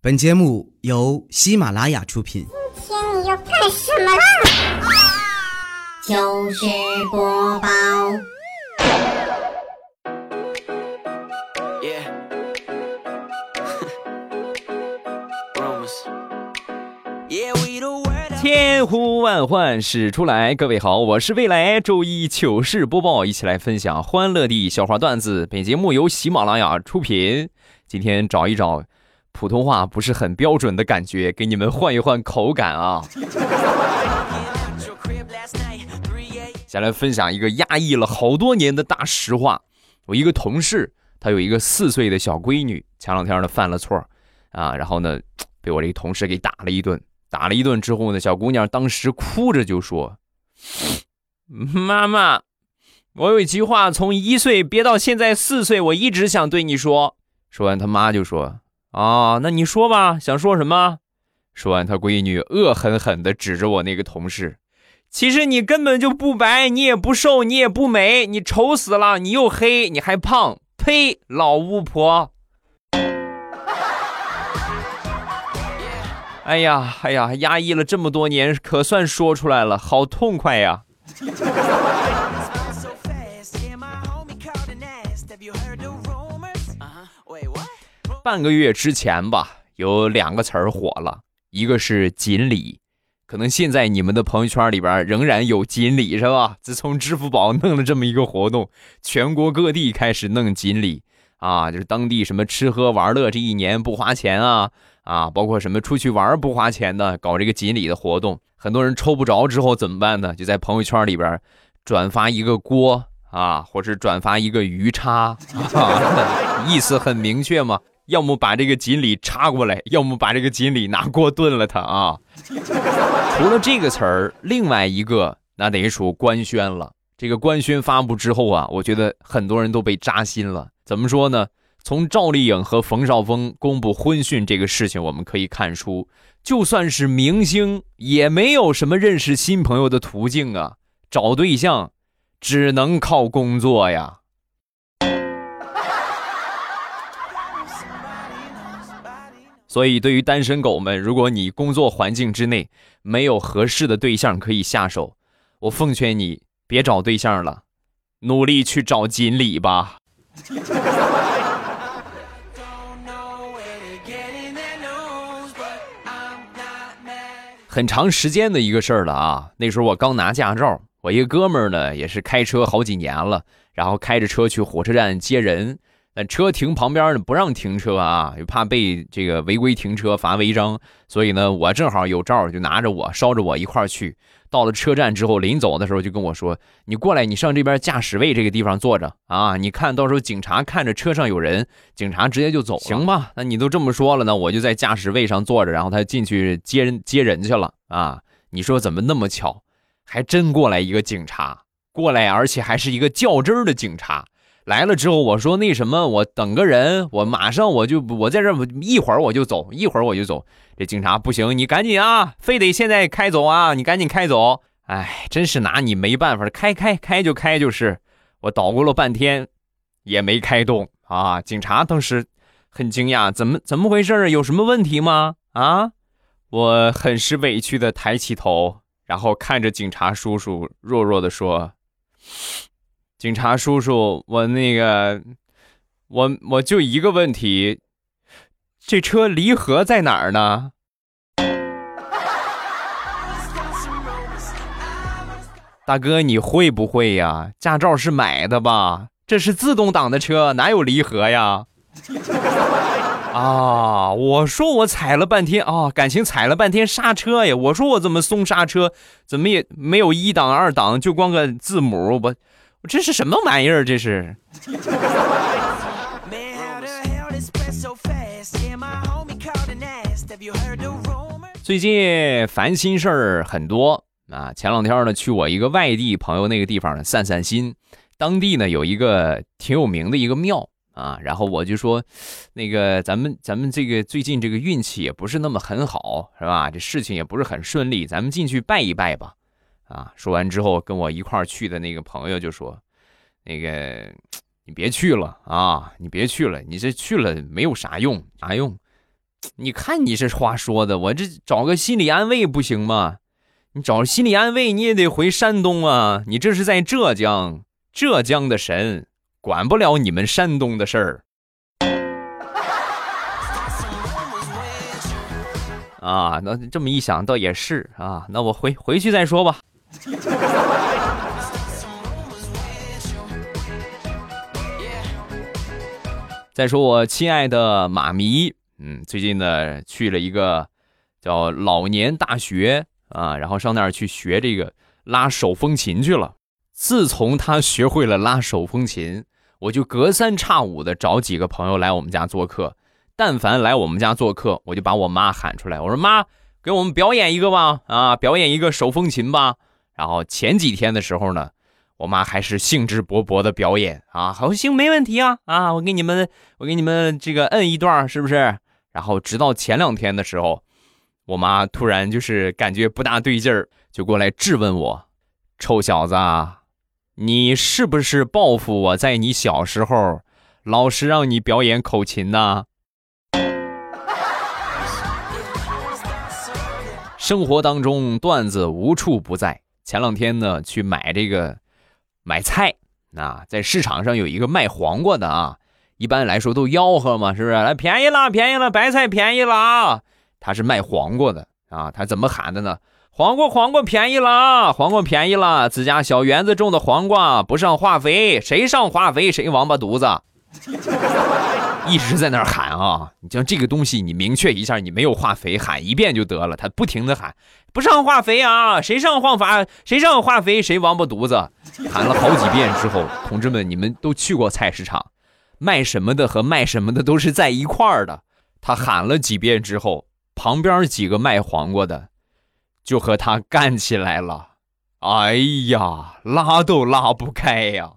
本节目由喜马拉雅出品。 今天你要干什么啦？ 糗事播报。 千呼万唤始出来，各位好，我是未来，周一糗事播报，一起来分享欢乐的笑话段子。本节目由喜马拉雅出品。今天找一找普通话不是很标准的感觉，给你们换一换口感啊。先来分享一个压抑了好多年的大实话。我一个同事，他有一个4岁的小闺女，前两天呢犯了错啊，然后呢被我这个同事给打了一顿。打了一顿之后呢，小姑娘当时哭着就说：妈妈，我有一句话从1岁憋到现在4岁，我一直想对你说。说完他妈就说：啊，那你说吧，想说什么？说完他闺女恶狠狠地指着我那个同事：其实你根本就不白，你也不瘦，你也不美，你丑死了，你又黑，你还胖，呸，老巫婆。哎呀，压抑了这么多年，可算说出来了，好痛快呀！半个月之前吧，有2个词儿火了，一个是锦鲤，可能现在你们的朋友圈里边仍然有锦鲤是吧？自从支付宝弄了这么一个活动，全国各地开始弄锦鲤啊，就是当地什么吃喝玩乐这一年不花钱啊，包括什么出去玩不花钱的，搞这个锦鲤的活动，很多人抽不着之后怎么办呢？就在朋友圈里边转发一个锅啊，或是转发一个鱼叉啊，意思很明确嘛，要么把这个锦鲤插过来，要么把这个锦鲤拿锅炖了它啊。除了这个词儿，另外一个那得属官宣了。这个官宣发布之后啊，我觉得很多人都被扎心了。怎么说呢？从赵丽颖和冯绍峰公布婚讯这个事情，我们可以看出，就算是明星也没有什么认识新朋友的途径啊，找对象只能靠工作呀。所以对于单身狗们，如果你工作环境之内没有合适的对象可以下手，我奉劝你别找对象了，努力去找锦鲤吧。很长时间的一个事儿了啊！那时候我刚拿驾照，我一个哥们儿呢也是开车好几年了，然后开着车去火车站接人，但车停旁边呢不让停车啊，又怕被这个违规停车罚违章，所以呢我正好有照，就拿着我捎着我一块儿去。到了车站之后，临走的时候就跟我说：你过来，你上这边驾驶位这个地方坐着啊，你看到时候警察看着车上有人，警察直接就走了。行吧，那你都这么说了呢，我就在驾驶位上坐着，然后他进去接人去了啊。你说怎么那么巧，还真过来一个警察过来，而且还是一个较真的警察。来了之后我说那什么，我等个人，我马上我在这一会儿我就走。这警察不行，你赶紧啊，非得现在开走啊，你赶紧开走。哎，真是拿你没办法，开就开就是。我捣鼓了半天也没开动啊。警察当时很惊讶，怎么回事？有什么问题吗？啊？我很是委屈的抬起头，然后看着警察叔叔弱弱的说：警察叔叔，我就一个问题，这车离合在哪儿呢？大哥，你会不会呀？驾照是买的吧？这是自动挡的车，哪有离合呀？啊！我说我踩了半天啊，感情踩了半天刹车呀！我说我怎么松刹车，怎么也没有1档2档，就光个字母，我这是什么玩意儿？这是。最近烦心事儿很多啊！前两天呢，去我一个外地朋友那个地方呢散散心，当地呢有一个挺有名的一个庙啊，然后我就说，那个咱们这个最近这个运气也不是那么很好，是吧？这事情也不是很顺利，咱们进去拜一拜吧。啊，说完之后，跟我一块儿去的那个朋友就说，那个你别去了啊，你别去了，你这去了没有啥用， 你看你这话说的，我这找个心理安慰不行吗？你找心理安慰你也得回山东啊，你这是在浙江，浙江的神管不了你们山东的事儿。啊，那这么一想倒也是啊，那我回去再说吧。再说我亲爱的妈咪，最近呢去了一个叫老年大学啊，然后上那儿去学这个拉手风琴去了。自从他学会了拉手风琴，我就隔三差五的找几个朋友来我们家做客。但凡来我们家做客，我就把我妈喊出来，我说妈，给我们表演一个吧，啊，表演一个手风琴吧。然后前几天的时候呢，我妈还是兴致勃勃的表演啊，好行，没问题啊，啊，我给你们这个摁一段，是不是？然后直到前2天的时候，我妈突然就是感觉不大对劲儿，就过来质问我，臭小子，你是不是报复我在你小时候老是让你表演口琴呢？生活当中段子无处不在。前2天呢去买菜啊，在市场上有一个卖黄瓜的啊，一般来说都吆喝嘛，是不是？来，便宜了，白菜便宜了啊！他是卖黄瓜的啊，他怎么喊的呢？黄瓜便宜了，黄瓜便宜了，自家小园子种的黄瓜不上化肥，谁上化肥谁王八犊子。一直在那儿喊啊！你像这个东西，你明确一下，你没有化肥，喊一遍就得了。他不停的喊，不上化肥啊，谁上化肥谁王八犊子。喊了好几遍之后，同志们，你们都去过菜市场，卖什么的和卖什么的都是在一块儿的。他喊了几遍之后，旁边几个卖黄瓜的就和他干起来了。哎呀，拉都拉不开呀！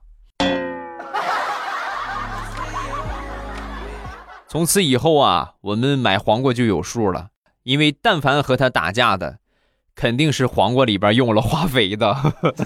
从此以后啊，我们买黄瓜就有数了，因为但凡和他打架的，肯定是黄瓜里边用了化肥的。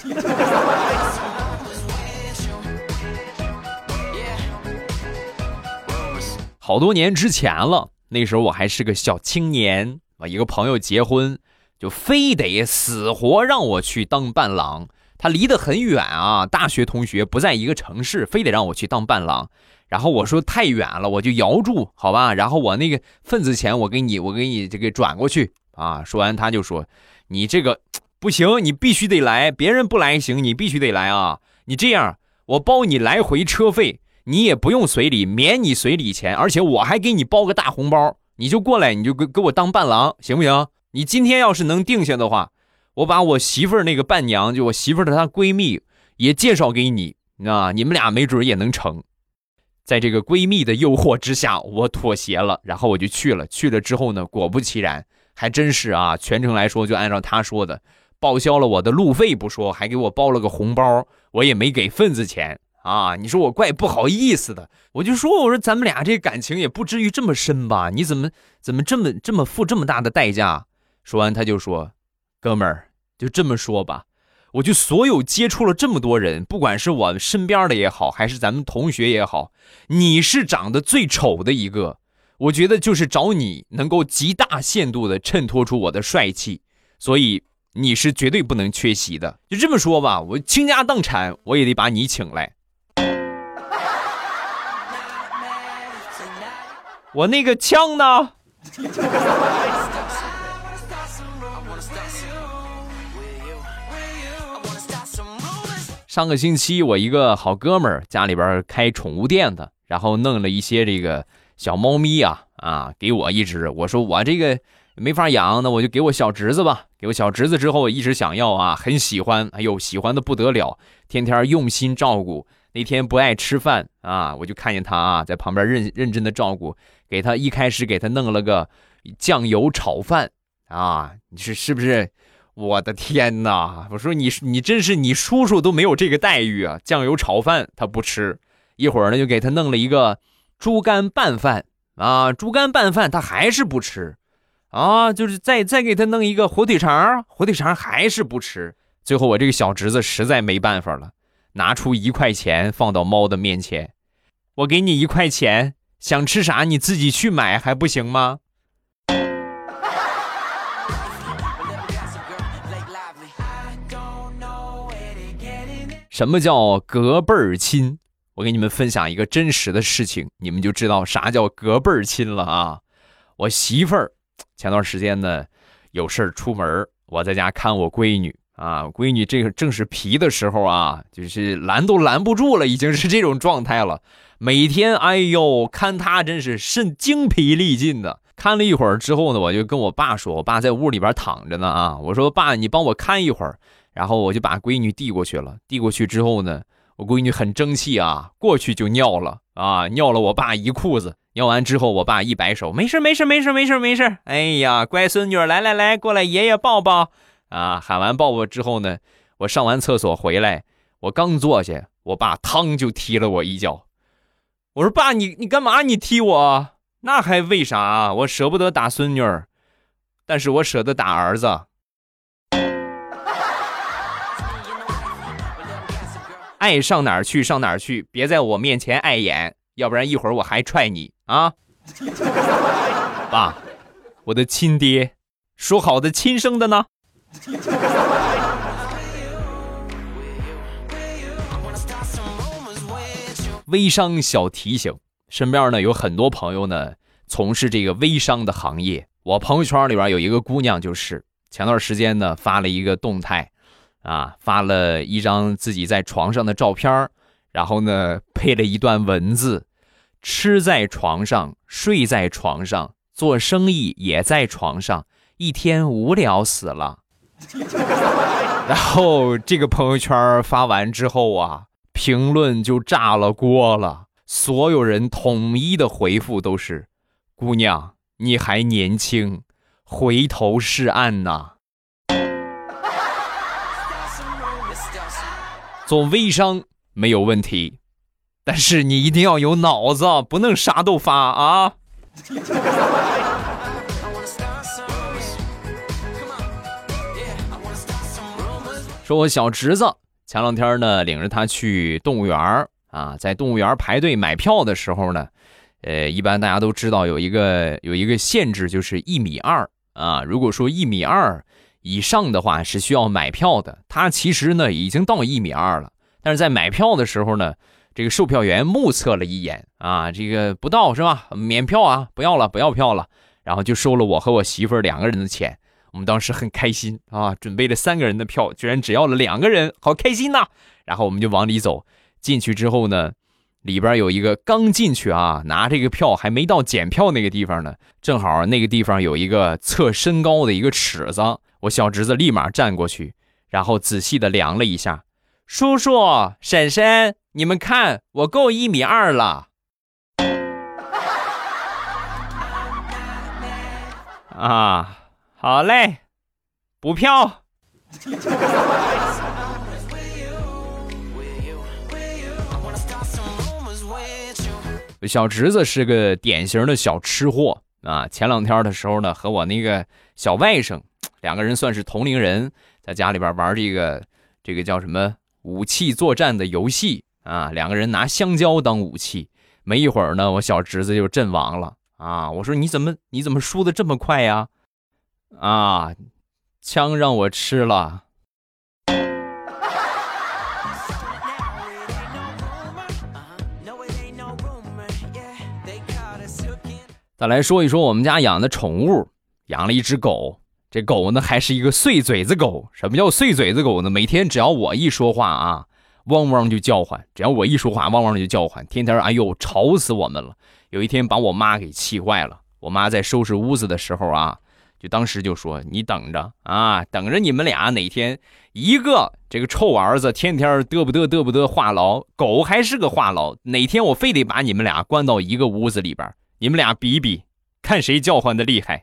好多年之前了，那时候我还是个小青年，一个朋友结婚，就非得死活让我去当伴郎。他离得很远啊，大学同学不在一个城市，非得让我去当伴郎。然后我说太远了，我就摇住，好吧？然后我那个份子钱我给你这个转过去啊。说完他就说，你这个不行，你必须得来，别人不来行，你必须得来啊。你这样，我包你来回车费，你也不用随礼，免你随礼钱，而且我还给你包个大红包，你就过来，你就给我当伴郎，行不行？你今天要是能定下的话，我把我媳妇儿那个伴娘，就我媳妇儿的她闺蜜也介绍给你啊，你们俩没准也能成。在这个闺蜜的诱惑之下，我妥协了，然后我就去了之后呢，果不其然，还真是啊，全程来说就按照她说的，报销了我的路费不说，还给我包了个红包，我也没给份子钱啊。你说我怪不好意思的，我说咱们俩这感情也不至于这么深吧，你怎么这么付这么大的代价。说完他就说，哥们儿，就这么说吧，我就所有接触了这么多人，不管是我身边的也好，还是咱们同学也好，你是长得最丑的一个，我觉得就是找你能够极大限度的衬托出我的帅气，所以你是绝对不能缺席的。就这么说吧，我倾家荡产我也得把你请来。我那个枪呢？上个星期我一个好哥们儿家里边开宠物店的，然后弄了一些这个小猫咪啊给我一只，我说我这个没法养，那我就给我小侄子吧。给我小侄子之后，我一直想要啊，很喜欢，哎呦，喜欢的不得了，天天用心照顾。那天不爱吃饭啊，我就看见他啊在旁边认真的照顾，给他一开始给他弄了个酱油炒饭啊，你是不是？我的天哪！我说你真是你叔叔都没有这个待遇啊！酱油炒饭他不吃，一会儿呢就给他弄了一个猪肝拌饭啊，猪肝拌饭他还是不吃啊，就是再给他弄一个火腿肠还是不吃。最后我这个小侄子实在没办法了，拿出1块钱放到猫的面前，我给你1块钱，想吃啥你自己去买还不行吗？ 什么叫隔辈儿亲？我给你们分享一个真实的事情，你们就知道啥叫隔辈儿亲了啊！我媳妇儿前段时间呢有事儿出门，我在家看我闺女啊，闺女这个正是皮的时候啊，就是拦都拦不住了，已经是这种状态了。每天哎呦看她真是精疲力尽的。看了一会儿之后呢，我就跟我爸说，我爸在屋里边躺着呢啊，我说爸你帮我看一会儿，然后我就把闺女递过去了。递过去之后呢，我闺女很争气啊，过去就尿了啊，尿了我爸一裤子。尿完之后我爸一摆手，没事，哎呀乖孙女来过来爷爷抱抱啊。喊完抱抱之后呢，我上完厕所回来，我刚坐下，我爸嘡就踢了我一脚。我说爸你干嘛你踢我？那还为啥？我舍不得打孙女儿，但是我舍得打儿子。爱上哪儿去上哪儿去，别在我面前碍眼，要不然一会儿我还踹你啊！爸，我的亲爹，说好的亲生的呢？微商小提醒，身边呢有很多朋友呢从事这个微商的行业。我朋友圈里边有一个姑娘，就是前段时间呢发了一个动态啊，发了一张自己在床上的照片，然后呢配了一段文字：吃在床上，睡在床上，做生意也在床上，一天无聊死了。然后这个朋友圈发完之后啊，评论就炸了锅了，所有人统一的回复都是：姑娘你还年轻，回头是岸呐。做微商没有问题，但是你一定要有脑子，不能啥都发啊。说我小侄子前两天呢领着他去动物园啊，在动物园排队买票的时候呢，一般大家都知道有一个限制，就是1.2米啊。如果说1.2米以上的话是需要买票的，他其实呢已经到1.2米了，但是在买票的时候呢，这个售票员目测了一眼啊，这个不到是吧？免票啊，不要票了，然后就收了我和我媳妇儿2个人的钱。我们当时很开心啊，准备了3个人的票，居然只要了2个人，好开心呐！然后我们就往里走，进去之后呢，里边有一个刚进去啊，拿这个票还没到检票那个地方呢，正好那个地方有一个测身高的一个尺子，我小侄子立马站过去，然后仔细的量了一下，叔叔婶婶，你们看我够1.2米了。啊，好嘞，补票。小侄子是个典型的小吃货啊！前2天的时候呢，和我那个小外甥2个人算是同龄人，在家里边玩这个叫什么武器作战的游戏啊，2个人拿香蕉当武器。没一会儿呢，我小侄子就阵亡了啊！我说你怎么输的这么快呀？啊，枪让我吃了。再来说一说我们家养的宠物，养了一只狗。这狗呢还是一个碎嘴子狗。什么叫碎嘴子狗呢？每天只要我一说话啊，汪汪就叫唤，只要我一说话汪汪就叫唤，天天哎呦吵死我们了。有一天把我妈给气坏了，我妈在收拾屋子的时候啊，就当时就说，你等着啊，等着你们俩哪天一个这个臭儿子天天嘚不得话痨，狗还是个话痨，哪天我非得把你们俩关到一个屋子里边，你们俩比一比，看谁叫唤的厉害。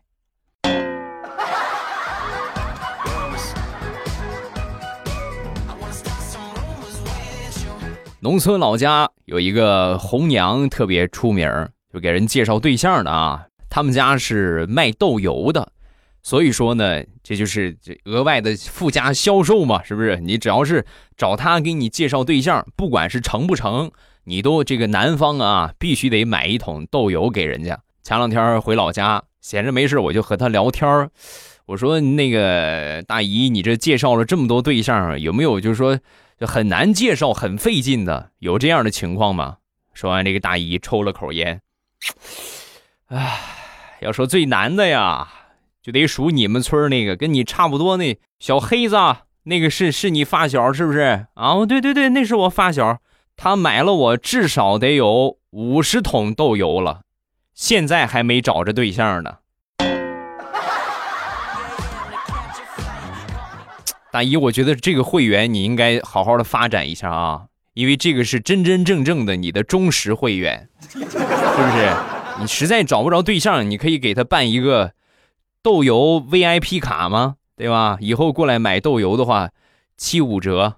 农村老家有一个红娘特别出名，就给人介绍对象的啊，他们家是卖豆油的，所以说呢，这就是额外的附加销售嘛，是不是？你只要是找他给你介绍对象，不管是成不成，你都这个男方啊必须得买一桶豆油给人家。前2天回老家，闲着没事我就和他聊天，我说那个大姨，你这介绍了这么多对象，有没有就是说就很难介绍，很费劲的。有这样的情况吗？说完，这个大姨抽了口烟，要说最难的呀，就得数你们村那个跟你差不多那小黑子，那个是你发小是不是啊？对对对，那是我发小，他买了我至少得有50桶豆油了，现在还没找着对象呢。大姨，我觉得这个会员你应该好好的发展一下啊，因为这个是真真正正的你的忠实会员，是不是？你实在找不着对象，你可以给他办一个豆油 VIP 卡吗？对吧？以后过来买豆油的话，75折。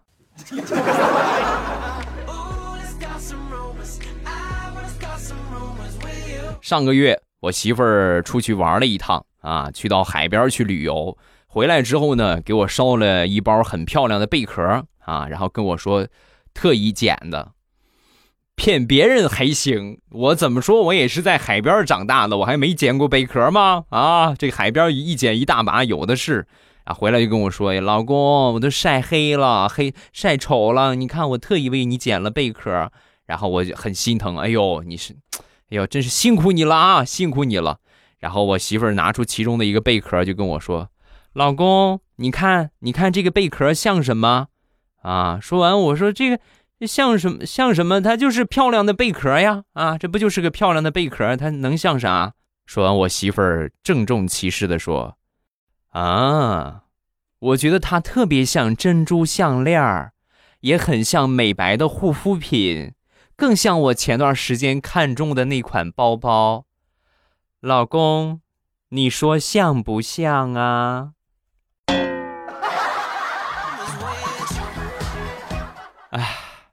上个月我媳妇儿出去玩了一趟啊，去到海边去旅游。回来之后呢，给我捎了一包很漂亮的贝壳啊，然后跟我说特意捡的。骗别人还行，我怎么说我也是在海边长大的，我还没捡过贝壳吗？啊，这个海边一捡一大把，有的是啊。回来就跟我说，老公，我都晒黑了，晒丑了，你看我特意为你捡了贝壳。然后我就很心疼，哎呦，真是辛苦你了啊，辛苦你了。然后我媳妇儿拿出其中的一个贝壳，就跟我说，老公，你看这个贝壳像什么啊？说完我说这个像什么？它就是漂亮的贝壳呀！啊，这不就是个漂亮的贝壳，它能像啥？说完，我媳妇儿郑重其事地说：“啊，我觉得它特别像珍珠项链，也很像美白的护肤品，更像我前段时间看中的那款包包。老公，你说像不像啊？”哎。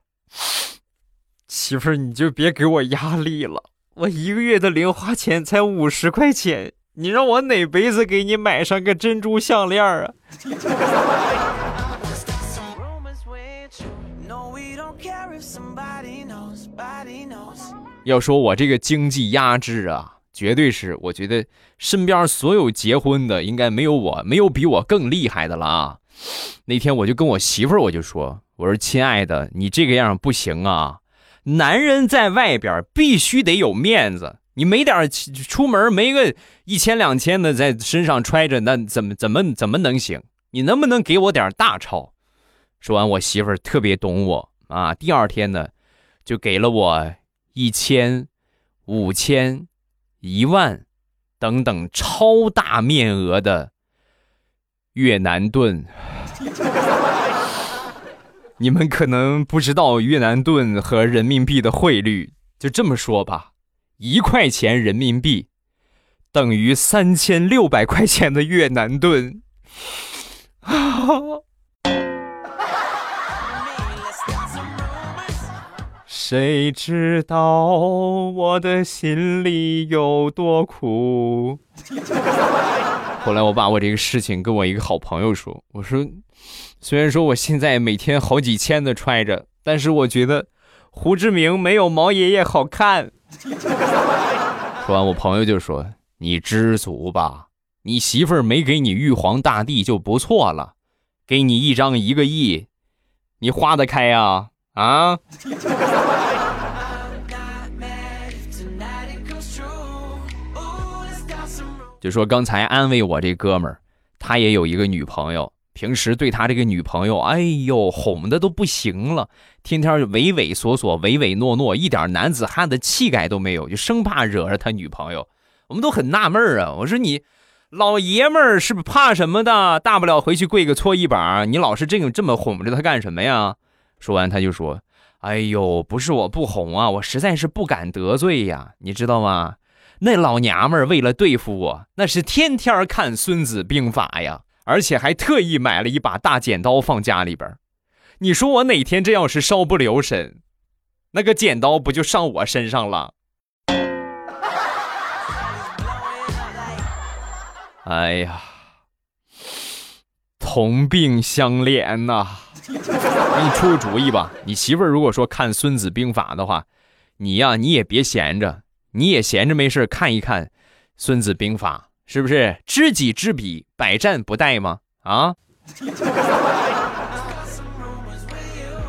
媳妇儿，你就别给我压力了，我一个月的零花钱才50块钱，你让我哪辈子给你买上个珍珠项链啊？要说我这个经济压制啊，绝对是我觉得身边所有结婚的应该没有比我更厉害的了啊。那天我就跟我媳妇儿我就说，我说亲爱的，你这个样不行啊，男人在外边必须得有面子，你没点出门没个1000、2000的在身上揣着，那怎么能行？你能不能给我点大钞？说完，我媳妇儿特别懂我啊，第二天呢就给了我1000、5000、10000等等超大面额的越南盾。你们可能不知道越南盾和人民币的汇率，就这么说吧，1块钱人民币等于3600块钱的越南盾。谁知道我的心里有多苦？后来我把我这个事情跟我一个好朋友说，我说虽然说我现在每天好几千的揣着，但是我觉得胡志明没有毛爷爷好看。说完，我朋友就说，你知足吧，你媳妇儿没给你玉皇大帝就不错了，给你一张1个亿，你花得开啊？啊？就说刚才安慰我这哥们儿，他也有一个女朋友，平时对他这个女朋友，哎呦，哄的都不行了，天天畏畏缩缩、唯唯诺诺，一点男子汉的气概都没有，就生怕惹着他女朋友。我们都很纳闷啊，我说你老爷们儿是不是怕什么的？大不了回去跪个搓衣板，你老是这么哄着他干什么呀？说完他就说，哎呦，不是我不哄啊，我实在是不敢得罪呀，你知道吗？那老娘们儿为了对付我，那是天天看《孙子兵法》呀，而且还特意买了一把大剪刀放家里边。你说我哪天这要是稍不留神，那个剪刀不就上我身上了？哎呀，同病相怜呐！给你出个主意吧，你媳妇儿如果说看《孙子兵法》的话，你也别闲着。你也闲着没事看一看《孙子兵法》，是不是知己知彼，百战不殆吗？啊！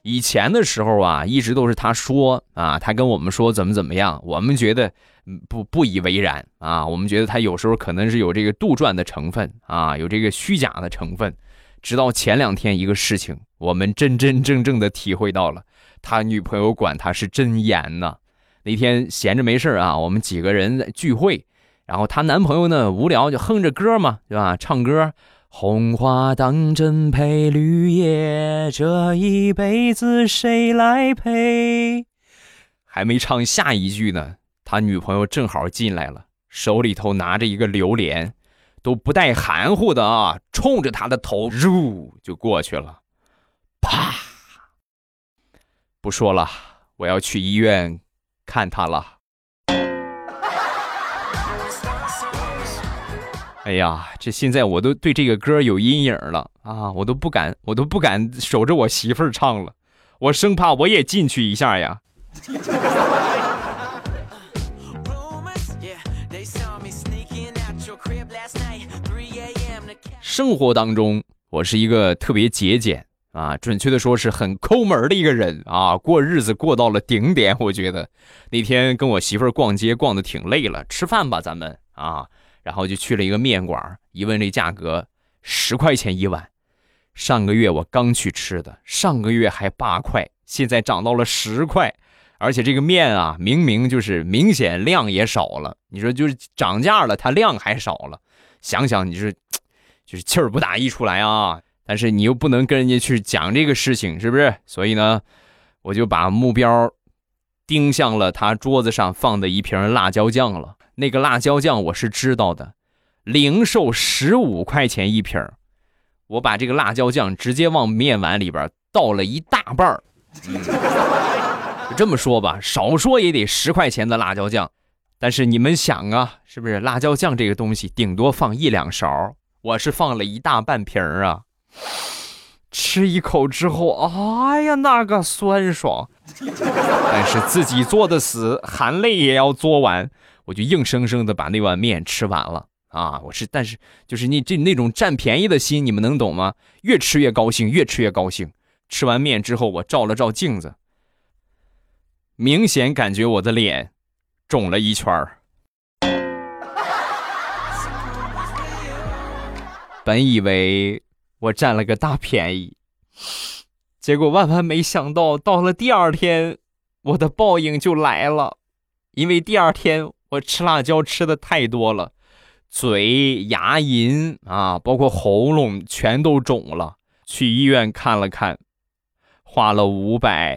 以前的时候啊，一直都是他说啊，他跟我们说怎么样，我们觉得不以为然啊，我们觉得他有时候可能是有这个杜撰的成分啊，有这个虚假的成分。直到前2天一个事情，我们真正的体会到了，他女朋友管他是真严呐。那天闲着没事啊，我们几个人在聚会，然后她男朋友呢无聊就哼着歌嘛，对吧？唱歌，红花当真配绿叶，这一辈子谁来陪？还没唱下一句呢，他女朋友正好进来了，手里头拿着一个榴莲，都不带含糊的啊，冲着他的头就过去了，啪！不说了，我要去医院看他了。哎呀，这现在我都对这个歌有阴影了啊！我都不敢守着我媳妇儿唱了，我生怕我也进去一下呀。生活当中，我是一个特别节俭啊，准确的说是很抠门的一个人啊，过日子过到了顶点。我觉得那天跟我媳妇儿逛街逛得挺累了，吃饭吧咱们啊。然后就去了一个面馆，一问这价格10块钱一碗，上个月我刚去吃的，上个月还8块，现在涨到了10块，而且这个面啊，明明就是明显量也少了，你说就是涨价了，它量还少了，想想你就是气儿不打一处来啊，但是你又不能跟人家去讲这个事情，是不是？所以呢，我就把目标盯向了他桌子上放的一瓶辣椒酱了。那个辣椒酱我是知道的，零售15块钱一瓶，我把这个辣椒酱直接往面碗里边倒了一大半就这么说吧，少说也得10块钱的辣椒酱，但是你们想啊，是不是辣椒酱这个东西顶多放1-2勺，我是放了一大半瓶啊。吃一口之后，哎呀，那个酸爽，但是自己做的死，含泪也要做完，我就硬生生的把那碗面吃完了啊！但是就是那种占便宜的心，你们能懂吗？越吃越高兴，越吃越高兴。吃完面之后，我照了照镜子，明显感觉我的脸肿了一圈儿。本以为我占了个大便宜，结果万万没想到，到了第2天，我的报应就来了。因为第2天我吃辣椒吃的太多了，嘴、牙龈啊，包括喉咙全都肿了，去医院看了看，花了500。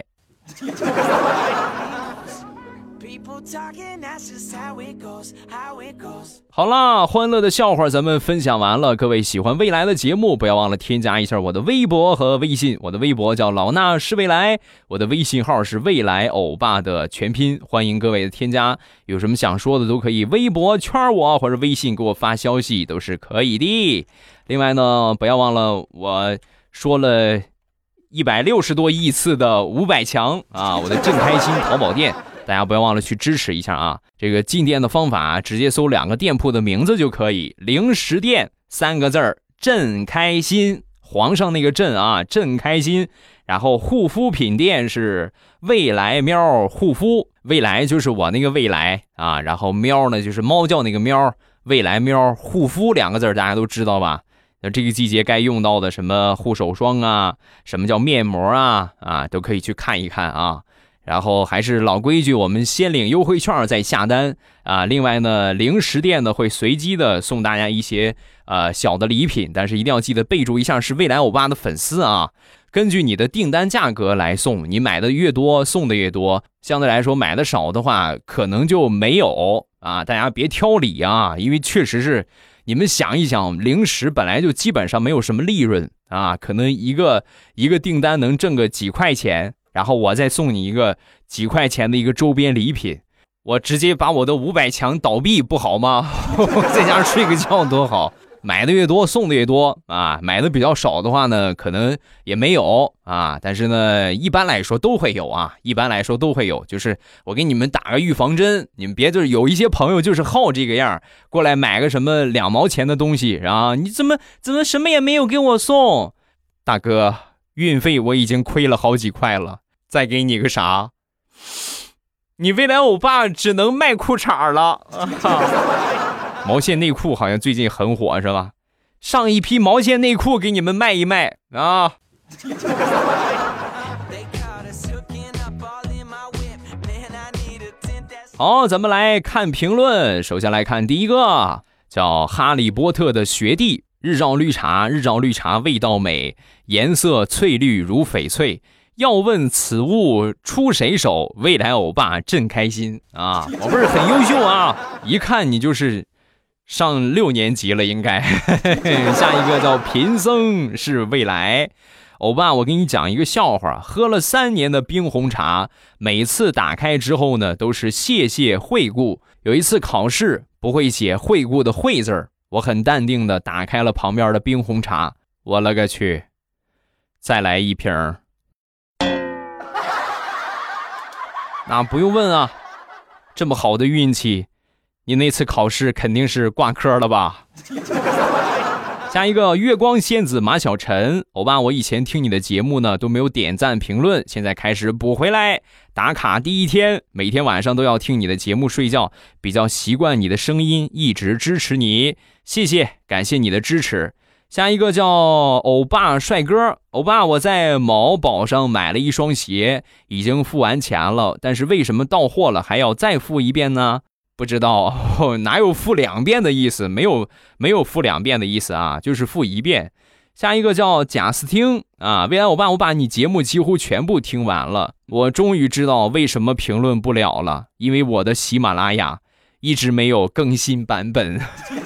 好啦，欢乐的笑话咱们分享完了，各位喜欢未来的节目，不要忘了添加一下我的微博和微信。我的微博叫老衲是未来，我的微信号是未来欧巴的全拼，欢迎各位的添加，有什么想说的都可以微博圈我，或者微信给我发消息都是可以的。另外呢，不要忘了我说了160多亿次的500强啊，我的正开心淘宝店，大家不要忘了去支持一下啊！这个进店的方法，直接搜2个店铺的名字就可以，零食店3个字儿，朕开心，皇上那个朕啊，朕开心。然后护肤品店是未来喵护肤，未来就是我那个未来啊，然后喵呢就是猫叫那个喵，未来喵护肤2个字大家都知道吧？那这个季节该用到的什么护手霜啊，什么叫面膜啊，都可以去看一看啊。然后还是老规矩，我们先领优惠券再下单啊。另外呢，零食店呢会随机的送大家一些小的礼品，但是一定要记得备注一下是未来欧巴的粉丝啊。根据你的订单价格来送，你买的越多送的越多，相对来说买的少的话可能就没有啊。大家别挑理啊，因为确实是你们想一想，零食本来就基本上没有什么利润啊，可能一个订单能挣个几块钱。然后我再送你一个几块钱的一个周边礼品，我直接把我的500强倒闭不好吗？在家睡个觉多好，买的越多送的越多啊，买的比较少的话呢可能也没有啊，但是呢一般来说都会有啊，一般来说都会有，就是我给你们打个预防针，你们别就是有一些朋友就是好这个样，过来买个什么2毛钱的东西，然后你怎么什么也没有给我送，大哥运费我已经亏了好几块了，再给你个啥？你未来欧巴只能卖裤衩了。毛线内裤好像最近很火是吧？上一批毛线内裤给你们卖一卖啊！好，咱们来看评论。首先来看第一个，叫哈利波特的学弟，日照绿茶，日照绿茶味道美，颜色翠绿如翡翠。要问此物出谁手，未来欧巴真开心啊！宝贝儿很优秀啊，一看你就是上6年级了应该。下一个叫贫僧是未来。欧巴，我给你讲一个笑话，喝了3年的冰红茶，每次打开之后呢，都是谢谢惠顾。有一次考试不会写惠顾的惠字儿，我很淡定的打开了旁边的冰红茶，我勒个去，再来一瓶。那不用问啊，这么好的运气，你那次考试肯定是挂科了吧？下一个月光仙子马小晨，欧巴，我以前听你的节目呢都没有点赞评论，现在开始补回来。打卡第1天，每天晚上都要听你的节目睡觉，比较习惯你的声音，一直支持你，谢谢，感谢你的支持。下一个叫欧巴帅哥，欧巴，我在某宝上买了一双鞋，已经付完钱了，但是为什么到货了还要再付一遍呢？不知道，哪有付2遍的意思？没有付2遍的意思啊，就是付1遍。下一个叫贾斯汀啊，未来欧巴，我把你节目几乎全部听完了，我终于知道为什么评论不了了，因为我的喜马拉雅一直没有更新版本。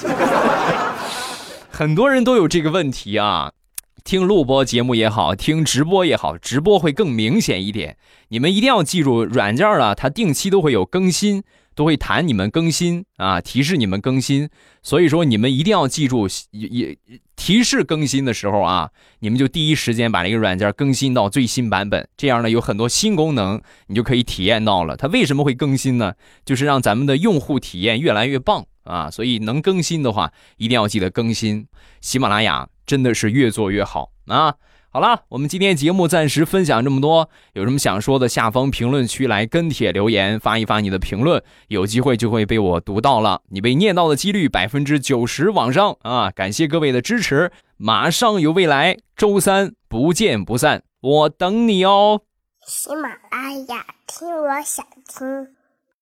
很多人都有这个问题啊，听录播节目也好，听直播也好，直播会更明显一点。你们一定要记住，软件啊，它定期都会有更新，都会弹你们更新啊，提示你们更新。所以说你们一定要记住，提示更新的时候啊，你们就第一时间把这个软件更新到最新版本，这样呢有很多新功能你就可以体验到了。它为什么会更新呢？就是让咱们的用户体验越来越棒啊，所以能更新的话一定要记得更新。喜马拉雅真的是越做越好啊。好了，我们今天节目暂时分享这么多，有什么想说的下方评论区来跟帖留言，发一发你的评论，有机会就会被我读到了，你被念到的几率90%往上啊！感谢各位的支持，马上有未来，周3不见不散，我等你哦。 喜马拉雅，听我想听。